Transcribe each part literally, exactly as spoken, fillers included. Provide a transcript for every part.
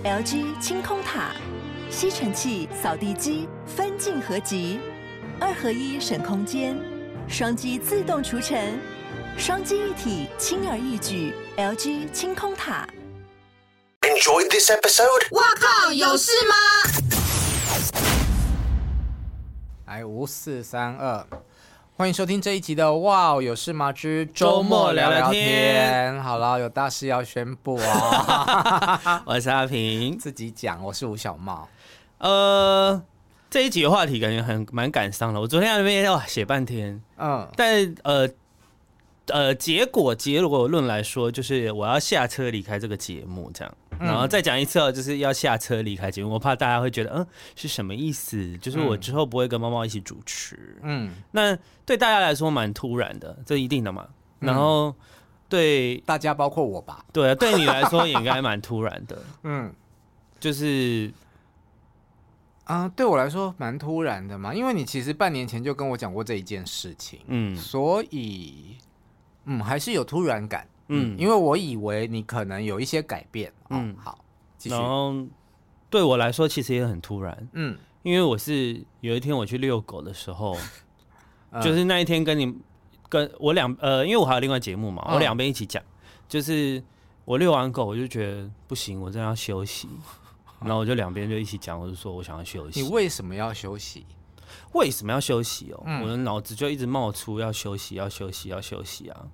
L G 清空塔，吸尘器、扫地机分镜合集，二合一省空间，双击自动除尘，双击一体轻而易举。L G 清空塔。 Enjoyed this episode? 哇靠，有事吗？ 来，五四三二，欢迎收听这一集的《哇有事吗之周末聊聊天》。好了，有大事要宣布啊！ 我是阿平， 自己讲，我是吴小茂。 呃，这一集的话题感觉很蛮感伤的。我昨天在那边哇写半天，嗯，但呃呃，结果结果论来说，就是我要下车离开这个节目，这样。然后再讲一次哦，就是要下车离开节目，我怕大家会觉得，嗯，是什么意思？就是我之后不会跟猫猫一起主持，嗯，那对大家来说蛮突然的，这一定的嘛。然后对大家包括我吧， 对啊，对你来说也应该蛮突然的，嗯，就是啊、呃，对我来说蛮突然的嘛，因为你其实半年前就跟我讲过这一件事情，嗯，所以嗯还是有突然感。嗯，因为我以为你可能有一些改变。嗯，哦、好，继续。 然后对我来说其实也很突然。嗯，因为我是有一天我去遛狗的时候，嗯、就是那一天跟你跟我两呃，因为我还有另外节目嘛，嗯、我两边一起讲。就是我遛完狗，我就觉得不行，我真的要休息。然后我就两边就一起讲，我就说我想要休息。 你为什么要休息？ 为什么要休息哦？嗯、我的脑子就一直冒出要休息，要休息，要休息啊。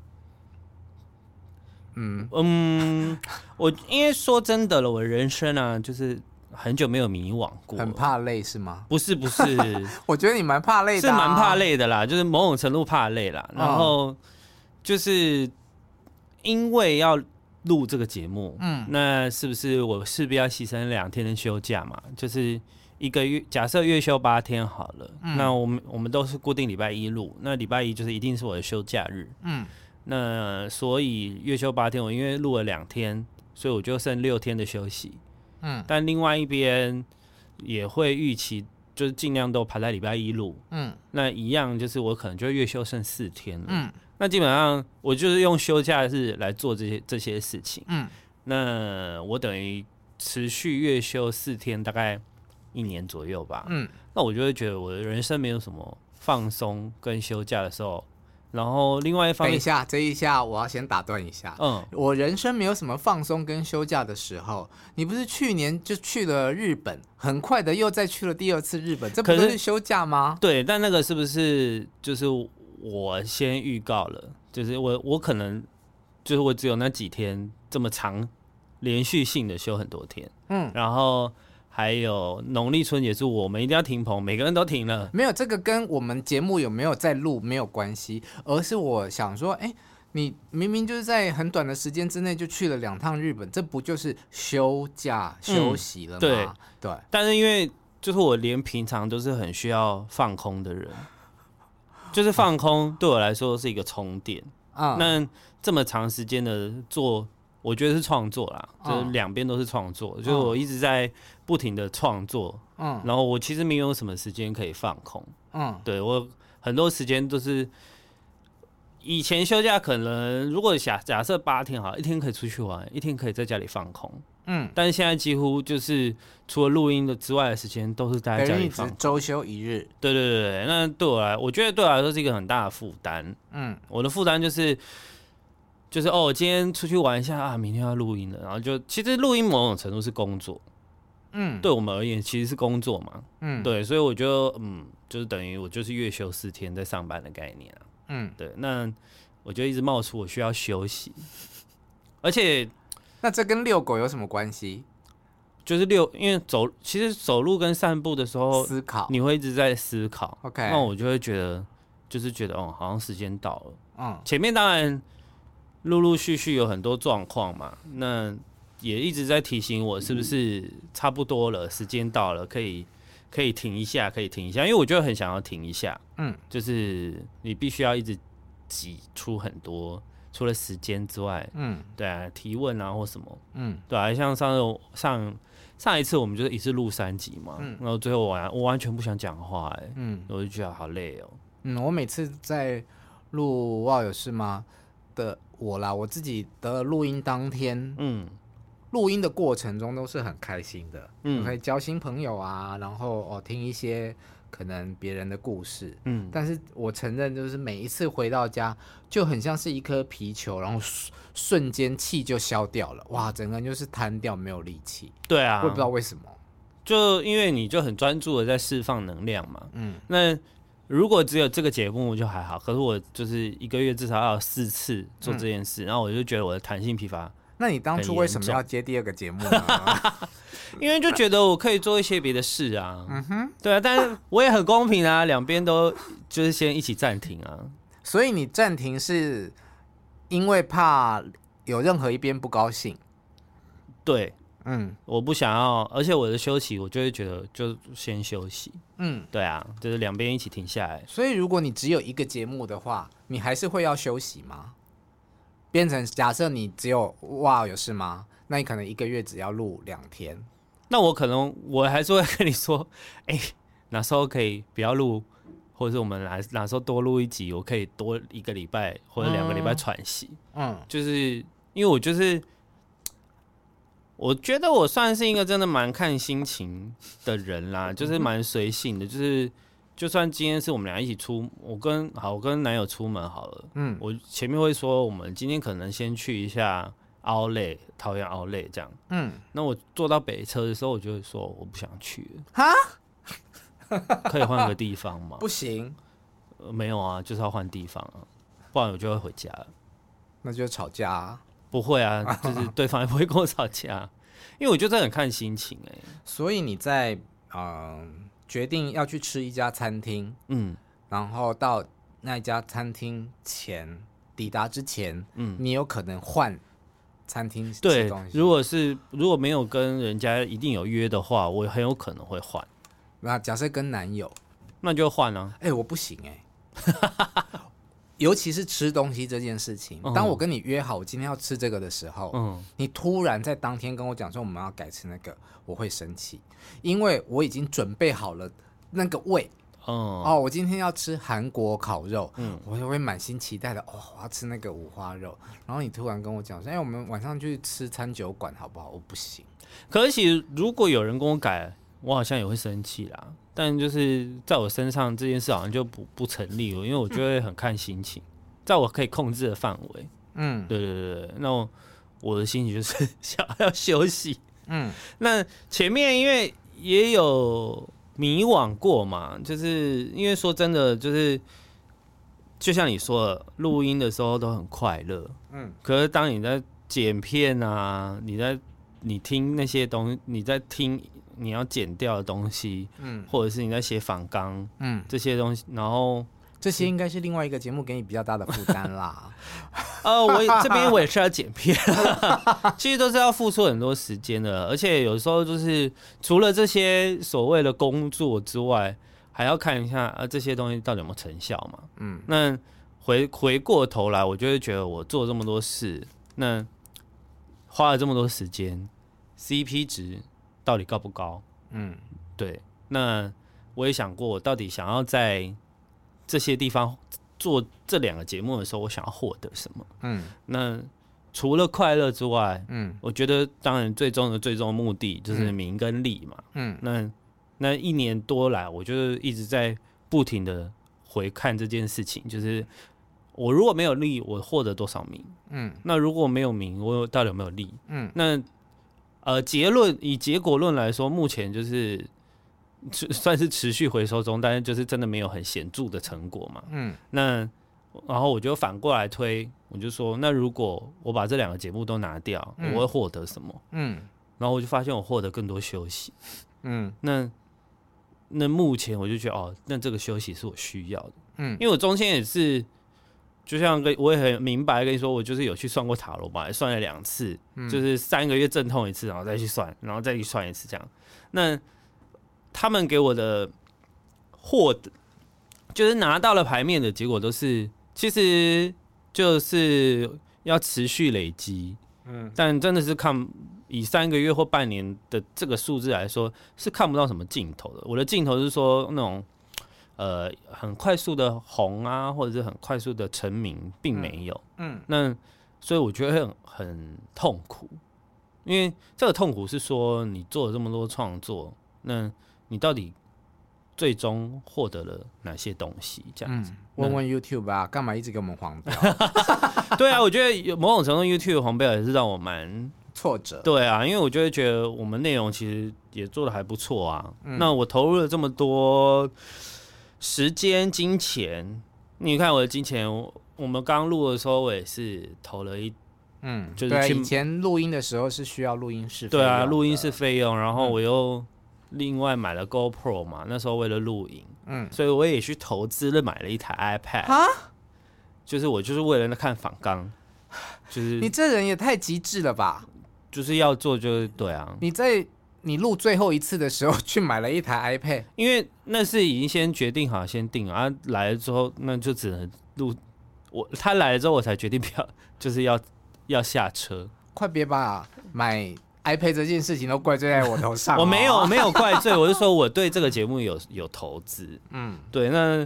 嗯嗯，我因为说真的了，我人生啊，就是很久没有迷惘过， 很怕累是吗？ 不是不是， 我觉得你蛮怕累的、啊， 是蛮怕累的啦，就是某种程度怕累啦。然后就是因为要录这个节目，嗯，那是不是我势必要牺牲两天的休假嘛？就是一个月，假设月休八天好了，嗯、那我们我们都是固定礼拜一录，那礼拜一就是一定是我的休假日，嗯。那所以月休八天，我因为录了两天，所以我就剩六天的休息。嗯，但另外一边也会预期，就是尽量都排在礼拜一录。嗯，那一样就是我可能就月休剩四天了。嗯，那基本上我就是用休假日来做这些这些事情。嗯，那我等于持续月休四天，大概一年左右吧。嗯，那我就会觉得我的人生没有什么放松跟休假的时候。然后另外一方面， 等一下，这一下我要先打断一下。嗯，我人生没有什么放松跟休假的时候。你不是去年就去了日本，很快的又再去了第二次日本，这不是休假吗？ 对，但那个是不是就是我先预告了？就是我我可能就是我只有那几天这么长，连续性的休很多天。嗯，然后。还有农历春节是我们一定要停棚，每个人都停了。 没有，这个跟我们节目有没有在录没有关系，而是我想说，哎，你明明就是在很短的时间之内就去了两趟日本，这不就是休假休息了吗？嗯、 对对。 但是因为就是我连平常都是很需要放空的人，就是放空对我来说是一个充电。嗯、那这么长时间的做。我觉得是创作啦，就是两边都是创作，嗯、就是我一直在不停的创作，嗯，然后我其实没有什么时间可以放空，嗯，对我很多时间都是以前休假可能如果假假设八天好，一天可以出去玩，一天可以在家里放空，嗯，但是现在几乎就是除了录音的之外的时间都是待在家里放空， 周休一日， 对对对对，那对我来，我觉得对我来说是一个很大的负担，嗯，我的负担就是。就是哦，今天出去玩一下啊，明天要录音了，然后就其实录音某种程度是工作，嗯，对我们而言其实是工作嘛，嗯，对，所以我就嗯，就是等于我就是月休四天在上班的概念啊，嗯，对，那我就一直冒出我需要休息，而且那这跟遛狗有什么关系？ 就是遛，因为走其实走路跟散步的时候思考， 你会一直在思考 ，OK， 那我就会觉得就是觉得哦，好像时间到了，嗯，前面当然。陆陆续续有很多状况嘛，那也一直在提醒我是不是差不多了，时间到了，可以可以停一下，可以停一下，因为我就很想要停一下，嗯，就是你必须要一直挤出很多，除了时间之外，嗯，对啊，提问啊或什么，嗯，对啊，像上上上一次我们就是一次录三集嘛，嗯，然后最后我完我完全不想讲话、欸，哎，嗯，我就觉得好累哦， 嗯，我每次在录哇有事吗的。我啦，我自己的录音当天，嗯， 录音的过程中都是很开心的，嗯，可以交新朋友啊，然后哦听一些可能别人的故事，嗯，但是我承认就是每一次回到家就很像是一颗皮球，然后瞬间气就消掉了，哇，整个人就是瘫掉，没有力气。 对啊， 我也不知道为什么， 就因为你就很专注的在释放能量嘛，嗯，那如果只有这个节目就还好，可是我就是一个月至少要有四次做这件事，嗯，然后我就觉得我的弹性疲乏。 那你当初为什么要接第二个节目呢？ 因为就觉得我可以做一些别的事啊，嗯哼，对啊，但是我也很公平啊，两边都就是先一起暂停啊。 所以你暂停是因为怕有任何一边不高兴？ 对，嗯，我不想要，而且我的休息，我就会觉得就先休息，嗯，对啊，就是两边一起停下来。 所以如果你只有一个节目的话，你还是会要休息吗？变成假设你只有哇有事吗？那你可能一个月只要录两天。 那我可能我还是会跟你说，哎、欸，哪时候可以不要录，或者是我们哪哪时候多录一集，我可以多一个礼拜或者两个礼拜喘息。嗯，就是因为我就是我觉得我算是一个真的蛮看心情的人啦，就是蛮随性的，就是就算今天是我们俩一起出，我跟好我跟男友出门好了，嗯，我前面会说我们今天可能先去一下Outlet，桃园Outlet这样，嗯，那我坐到北车的时候，我就会说我不想去了，哈，可以换个地方吗？ 不行、 呃，没有啊，就是要换地方啊，不然我就会回家了。 那就吵架啊？ 不会啊，就是对方也不会跟我吵架，因为我觉得很看心情哎、欸。 所以你在嗯、呃、决定要去吃一家餐厅，嗯，然后到那一家餐厅前抵达之前，嗯，你有可能换。餐厅对，如果是如果没有跟人家一定有约的话，我很有可能会换。 那假设跟男友， 那就换啊。 哎、欸，我不行哎、欸，尤其是吃东西这件事情。当我跟你约好我今天要吃这个的时候，嗯，你突然在当天跟我讲说我们要改吃那个，我会生气，因为我已经准备好了那个胃。哦, 哦，我今天要吃韩国烤肉，嗯，我就会满心期待的，哦，我要吃那个五花肉。然后你突然跟我讲说，哎，我们晚上去吃餐酒馆好不好？我不行。 可是其实如果有人跟我改，我好像也会生气啦。但就是在我身上这件事好像就不不成立了，因为我觉得很看心情，在我可以控制的范围。嗯，对对对。那 我, 我的心情就是想要休息。嗯，那前面因为也有。迷惘过嘛，就是因为说真的，就是就像你说的，录音的时候都很快乐，嗯，可是当你在剪片啊，你在你听那些东西，你在听你要剪掉的东西，嗯，或者是你在写访纲，嗯，这些东西，然后这些应该是另外一个节目给你比较大的负担啦。 呃，我这边我也是要剪片，其实都是要付出很多时间的，而且有时候就是除了这些所谓的工作之外，还要看一下啊这些东西到底有没有成效嘛。嗯，那回回过头来，我就会觉得我做这么多事，那花了这么多时间 ，C P 值到底高不高？嗯，对。那我也想过，我到底想要在这些地方做这两个节目的时候，我想要获得什么？嗯，那除了快乐之外，嗯，我觉得当然最终的最终的目的就是名跟利嘛。嗯，那那一年多来，我就是一直在不停的回看这件事情，就是我如果没有利，我获得多少名？嗯，那如果没有名，我到底有没有利？嗯，那呃结论以结果论来说，目前就是算是持续回收中，但是就是真的没有很显著的成果嘛。嗯，那然后我就反过来推，我就说，那如果我把这两个节目都拿掉，嗯、我会获得什么？嗯，然后我就发现我获得更多休息。嗯，那那目前我就觉得哦，那这个休息是我需要的。嗯，因为我中间也是，就像跟我也很明白跟你说，我就是有去算过塔罗吧，也算了两次，嗯、就是三个月阵痛一次，然后再去算，然后再去算一次这样。那他们给我的获得，就是拿到了牌面的结果都是，其实就是要持续累积，嗯，但真的是看以三个月或半年的这个数字来说，是看不到什么尽头的。我的尽头是说那种呃很快速的红啊，或者是很快速的成名，并没有，嗯，嗯那所以我觉得很很痛苦。因因为这个痛苦是说你做了这么多创作，那你到底最终获得了哪些东西？这样子，嗯、 问问 YouTube 啊，干嘛一直给我们黄标？ 对啊，我觉得有某种程度 YouTube 的黄标也是让我蛮挫折。对啊，因为我就会觉得我们内容其实也做得还不错啊。嗯、那我投入了这么多时间、金钱，你看我的金钱，我们刚录的时候，我也是投了一。 嗯，就是对，以前录音的时候是需要录音室费用的， 对啊，录音室费用，然后我又另外买了 GoPro 嘛，那时候为了录影，嗯，所以我也去投资了买了一台 iPad， 啊，就是我就是为了看访纲，就是你这人也太极致了吧， 就是要做就是对啊， 你在你录最后一次的时候去买了一台 iPad， 因为那是已经先决定好先定了，啊来了之后那就只能录，我他来了之后我才决定不要就是要。要下车， 快别把买 iPad 这件事情都怪罪在我头上、哦。 我没有没有怪罪，我是说我对这个节目有有投资，嗯，对，那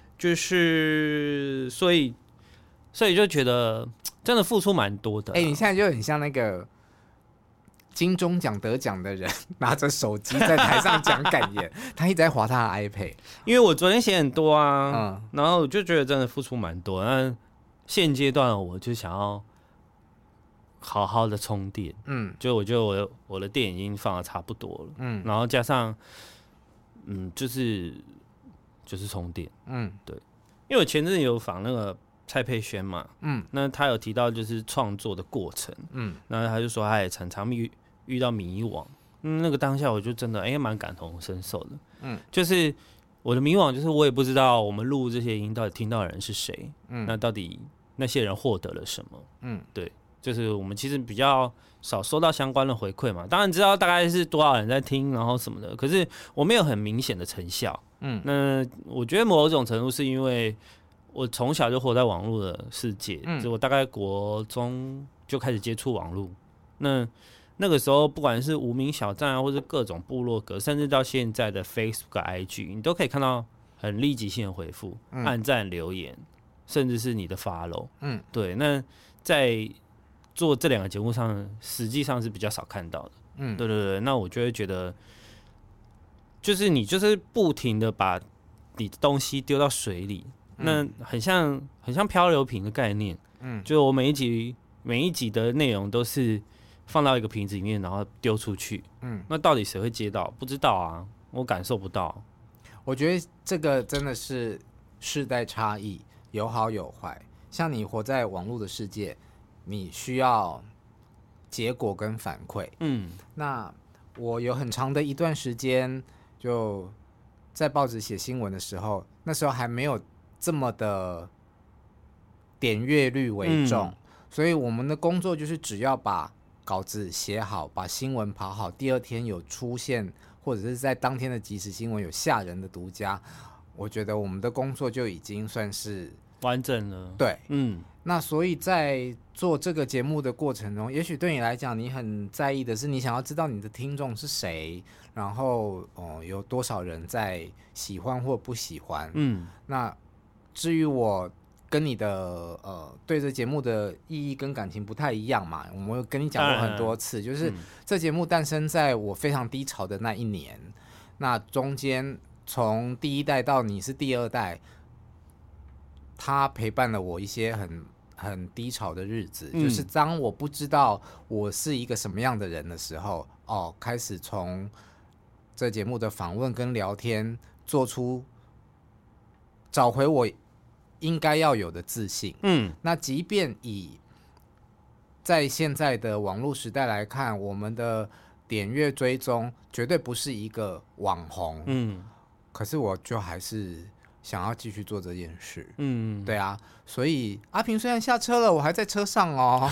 就是所以所以就觉得真的付出蛮多的、啊。 哎、欸，你现在就很像那个金钟奖得奖的人，拿着手机在台上讲感言，他一直在滑他的 iPad。 因为我昨天写很多啊，嗯，然后我就觉得真的付出蛮多。那现阶段我就想要。好好的充电，嗯，就我觉得我的我的电已经放的差不多了，嗯，然后加上，嗯，就是就是充电，嗯，对，因为我前阵有访那个蔡佩轩嘛，嗯，那他有提到就是创作的过程，嗯，那他就说他也常常遇遇到迷惘，嗯，那个当下我就真的哎蛮感同身受的，嗯，就是我的迷惘就是我也不知道我们录这些音到底听到的人是谁，嗯，那到底那些人获得了什么，嗯，对。就是我们其实比较少收到相关的回馈嘛，当然知道大概是多少人在听，然后什么的，可是我没有很明显的成效。嗯，那我觉得某种程度是因为我从小就活在网络的世界，嗯，就我大概国中就开始接触网络，那那个时候不管是无名小站啊，或是各种部落格，甚至到现在的 Facebook、I G， 你都可以看到很立即性的回复、嗯、按赞、留言，甚至是你的 follow。嗯，对，那在做这两个节目上，实际上是比较少看到的。嗯，对对对，那我就会觉得，就是你就是不停的把你的东西丢到水里，嗯、那很像很像漂流瓶的概念。嗯，就我每一集每一集的内容都是放到一个瓶子里面，然后丢出去。嗯，那到底谁会接到？不知道啊，我感受不到。 我觉得这个真的是世代差异，有好有坏。像你活在网络的世界。你需要结果跟反馈，嗯，那我有很长的一段时间就在报纸写新闻的时候，那时候还没有这么的点阅率为重，嗯、所以我们的工作就是只要把稿子写好，把新闻跑好，第二天有出现或者是在当天的即时新闻有吓人的独家，我觉得我们的工作就已经算是完整了。 对，嗯。那所以在做这个节目的过程中，也许对你来讲，你很在意的是你想要知道你的听众是谁，然后、呃、有多少人在喜欢或不喜欢。嗯，那至于我跟你的呃对这节目的意义跟感情不太一样嘛，我们有跟你讲过很多次，就是这节目诞生在我非常低潮的那一年，那中间从第一代到你是第二代，他陪伴了我一些很很低潮的日子，嗯、就是当我不知道我是一个什么样的人的时候，哦，开始从这节目的访问跟聊天，做出找回我应该要有的自信。嗯，那即便以在现在的网络时代来看，我们的点阅追踪绝对不是一个网红。嗯，可是我就还是想要继续做这件事。嗯，对啊，所以阿平虽然下车了，我还在车上哦。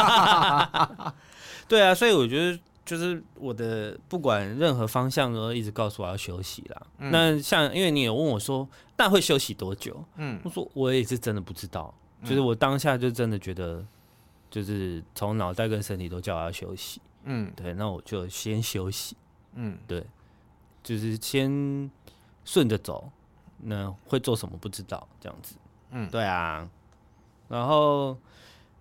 对啊，所以我觉得就是我的不管任何方向都一直告诉我要休息啦。嗯、那像因为你有问我说，那会休息多久？嗯，我说我也是真的不知道，嗯、就是我当下就真的觉得，就是从脑袋跟身体都叫我要休息。嗯，对，那我就先休息。嗯，对，就是先顺着走。那会做什么不知道，这样子。嗯，对啊。然后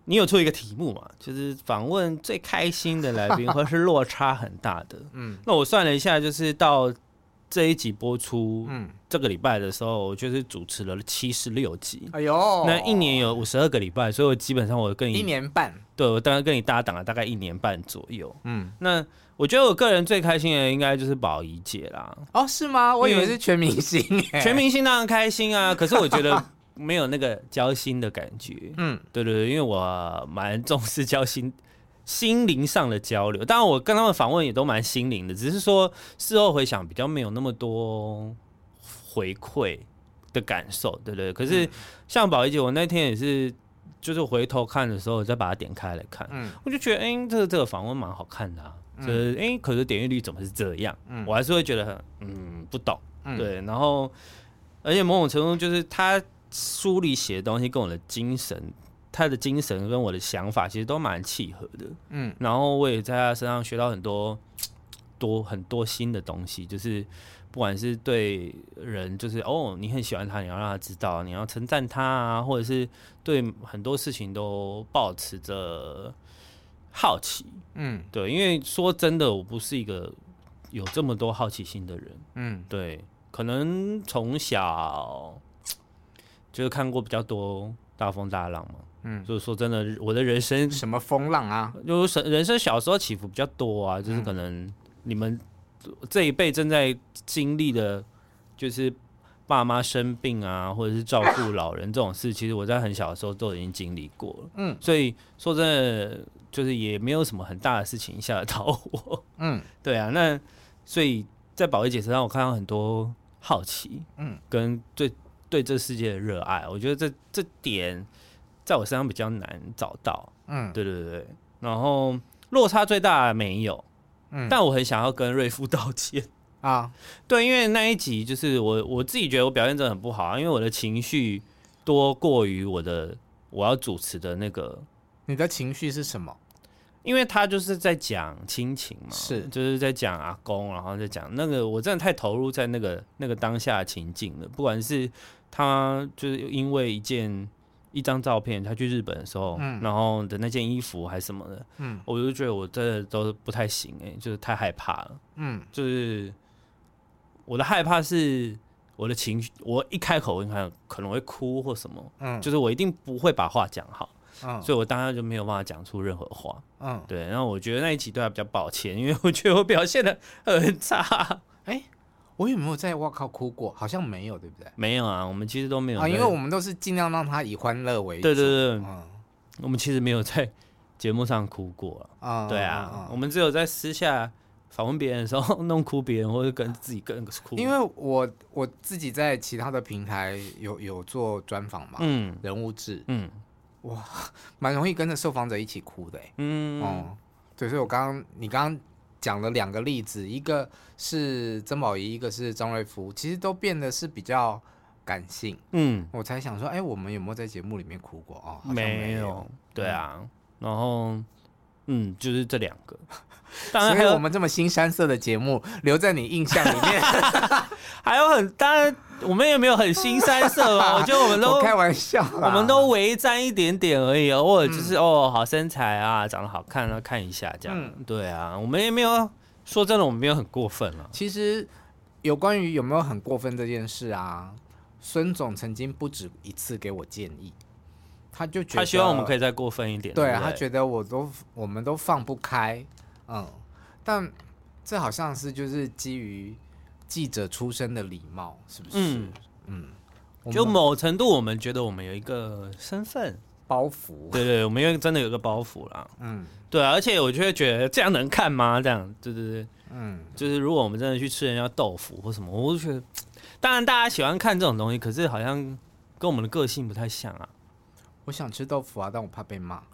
你有出一个题目嘛，就是访问最开心的来宾，或是落差很大的。嗯，那我算了一下，就是到这一集播出，嗯，这个礼拜的时候，我就是主持了七十六集。 哎呦， 那一年有五十二个礼拜，所以我基本上我跟你一年半， 对我大概跟你搭档了大概一年半左右。嗯，那我觉得我个人最开心的应该就是宝仪姐啦。 哦，是吗？我以为是全明星耶。 全明星当然开心啊，可是我觉得没有那个交心的感觉。嗯，对对对，因为我蛮重视交心。心灵上的交流，当然我跟他们访问也都蛮心灵的，只是说事后回想比较没有那么多回馈的感受，对不对？可是像宝仪姐，我那天也是，就是回头看的时候，再把它点开来看，嗯，我就觉得，哎、欸，这个这个访问蛮好看的啊，就是，哎、欸，可是点阅率怎么是这样？嗯，我还是会觉得很，嗯，不懂，嗯、对，然后，而且某种程度就是他书里写的东西跟我的精神。他的精神跟我的想法其实都蛮契合的，嗯，然后我也在他身上学到很多多很多新的东西，就是不管是对人，就是哦，你很喜欢他，你要让他知道，你要称赞他啊，或者是对很多事情都抱持着好奇，嗯，对，因为说真的，我不是一个有这么多好奇心的人，嗯，对，可能从小就是看过比较多大风大浪嘛。嗯，就是说真的，我的人生什么风浪啊？ 就是人生小时候起伏比较多啊，就是可能你们这一辈正在经历的，就是爸妈生病啊，或者是照顾老人这种事，其实我在很小的时候都已经经历过了。嗯，所以说真的，就是也没有什么很大的事情吓得到我。嗯，对啊，那所以在宝仪姐身上，我看到很多好奇，嗯，跟对对这世界的热爱，我觉得这这点。在我身上比较难找到，嗯，对对对，然后落差最大的没有，嗯，但我很想要跟瑞夫道歉啊，对，因为那一集就是我我自己觉得我表现真的很不好啊，因为我的情绪多过于我的我要主持的那个， 你的情绪是什么？ 因为他就是在讲亲情嘛， 是， 就是在讲阿公，然后在讲那个，我真的太投入在那个那个当下的情境了，不管是他就是因为一件。一张照片，他去日本的时候，嗯、然后的那件衣服还是什么的，嗯，我就觉得我真的都不太行哎、欸，就是太害怕了，嗯，就是我的害怕是我的情绪，我一开口，我可能会哭或什么，嗯，就是我一定不会把话讲好，嗯，所以我当然就没有办法讲出任何话，嗯，对，然后我觉得那一集对他比较抱歉，因为我觉得我表现得很差，哎、欸。 我有没有在哇靠哭过？好像没有，对不对？ 没有啊，我们其实都没有啊，因为我们都是尽量让他以欢乐为主。 对对对，嗯，我们其实没有在节目上哭过啊。嗯、对啊、嗯嗯，我们只有在私下访问别人的时候弄哭别人，或者跟自己跟哭。 因为我我自己在其他的平台有有做专访嘛，嗯，人物志，嗯，哇，蛮容易跟着受访者一起哭的、欸，嗯，哦，对，所以我刚刚你刚刚。讲了两个例子，一个是曾宝仪，一个是张瑞福，其实都变得是比较感性。嗯，我才想说，哎、欸，我们有没有在节目里面哭过？哦，好像没有。 没有对啊，嗯、然后，嗯，就是这两个。 当然，所以我们这么新山色的节目留在你印象里面， 还有很当然，我们也没有很新山色吧？我觉得我们都我开玩笑， 我们都微沾一点点而已，偶尔就是、嗯、哦，好身材啊，长得好看啊，看一下这样。嗯、对啊，我们也没有说真的，我们没有很过分啊。 其实有关于有没有很过分这件事啊，孙总曾经不止一次给我建议。他就觉得他希望我们可以再过分一点， 对， 对对他觉得我都我们都放不开，嗯，但这好像是就是基于记者出身的礼貌，是不是？嗯嗯，就某程度我们觉得我们有一个身份包袱， 对对，我们因为真的有个包袱啦，嗯，对、啊，而且我就会觉得这样能看吗？这样，对对对，嗯，就是如果我们真的去吃人家豆腐或什么，我就觉得，当然大家喜欢看这种东西，可是好像跟我们的个性不太像啊。 我想吃豆腐啊，但我怕被骂。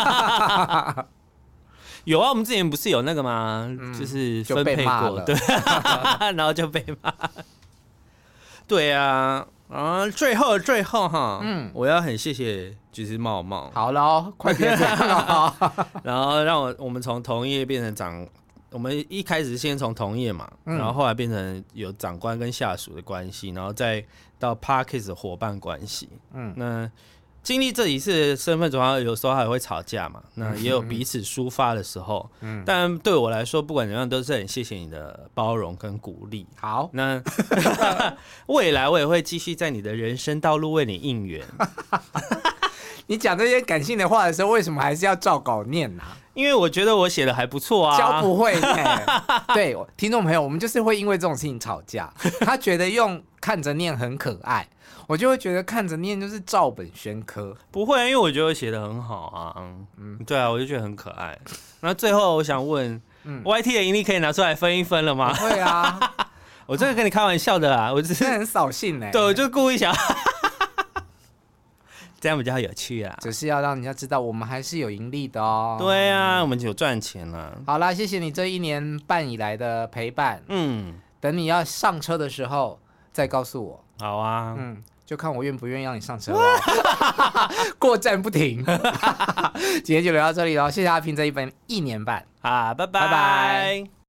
有啊，我们之前不是有那个吗？嗯、就是分配过，对，然后就被骂。对啊，啊，最后最后哈，嗯，我要很谢谢就是茂茂。 好了，快别这样了。 然后让我我们从同业变成长，我们一开始先从同业嘛，嗯、然后后来变成有长官跟下属的关系，然后再到 Podcast 的伙伴关系。嗯，那经历这一次身份转换，有时候还会吵架嘛，那也有彼此抒发的时候。嗯，但对我来说，不管怎样，都是很谢谢你的包容跟鼓励。 好， 那未来我也会继续在你的人生道路为你应援。 你讲这些感性的话的时候，为什么还是要照稿念呢、啊？ 因为我觉得我写的还不错啊。 教不会对，听众朋友，我们就是会因为这种事情吵架。他觉得用看着念很可爱。我就会觉得看着念就是照本宣科， 不会，因为我觉得我写的很好啊，嗯，对啊，我就觉得很可爱。那最后我想问，嗯 ，Y T 的盈利可以拿出来分一分了吗？ 会啊， 我这个跟你开玩笑的啦，我只是很扫兴哎、欸， 对，我就故意想，这样比较有趣啊， 只是要让人家知道我们还是有盈利的哦。 对啊，我们有赚钱了。 好啦，谢谢你这一年半以来的陪伴，嗯，等你要上车的时候再告诉我。 好啊， 嗯。就看我愿不愿意让你上车了，过站不停。今天就聊到这里了，谢谢阿平这一本一年半啊，拜拜。 拜拜。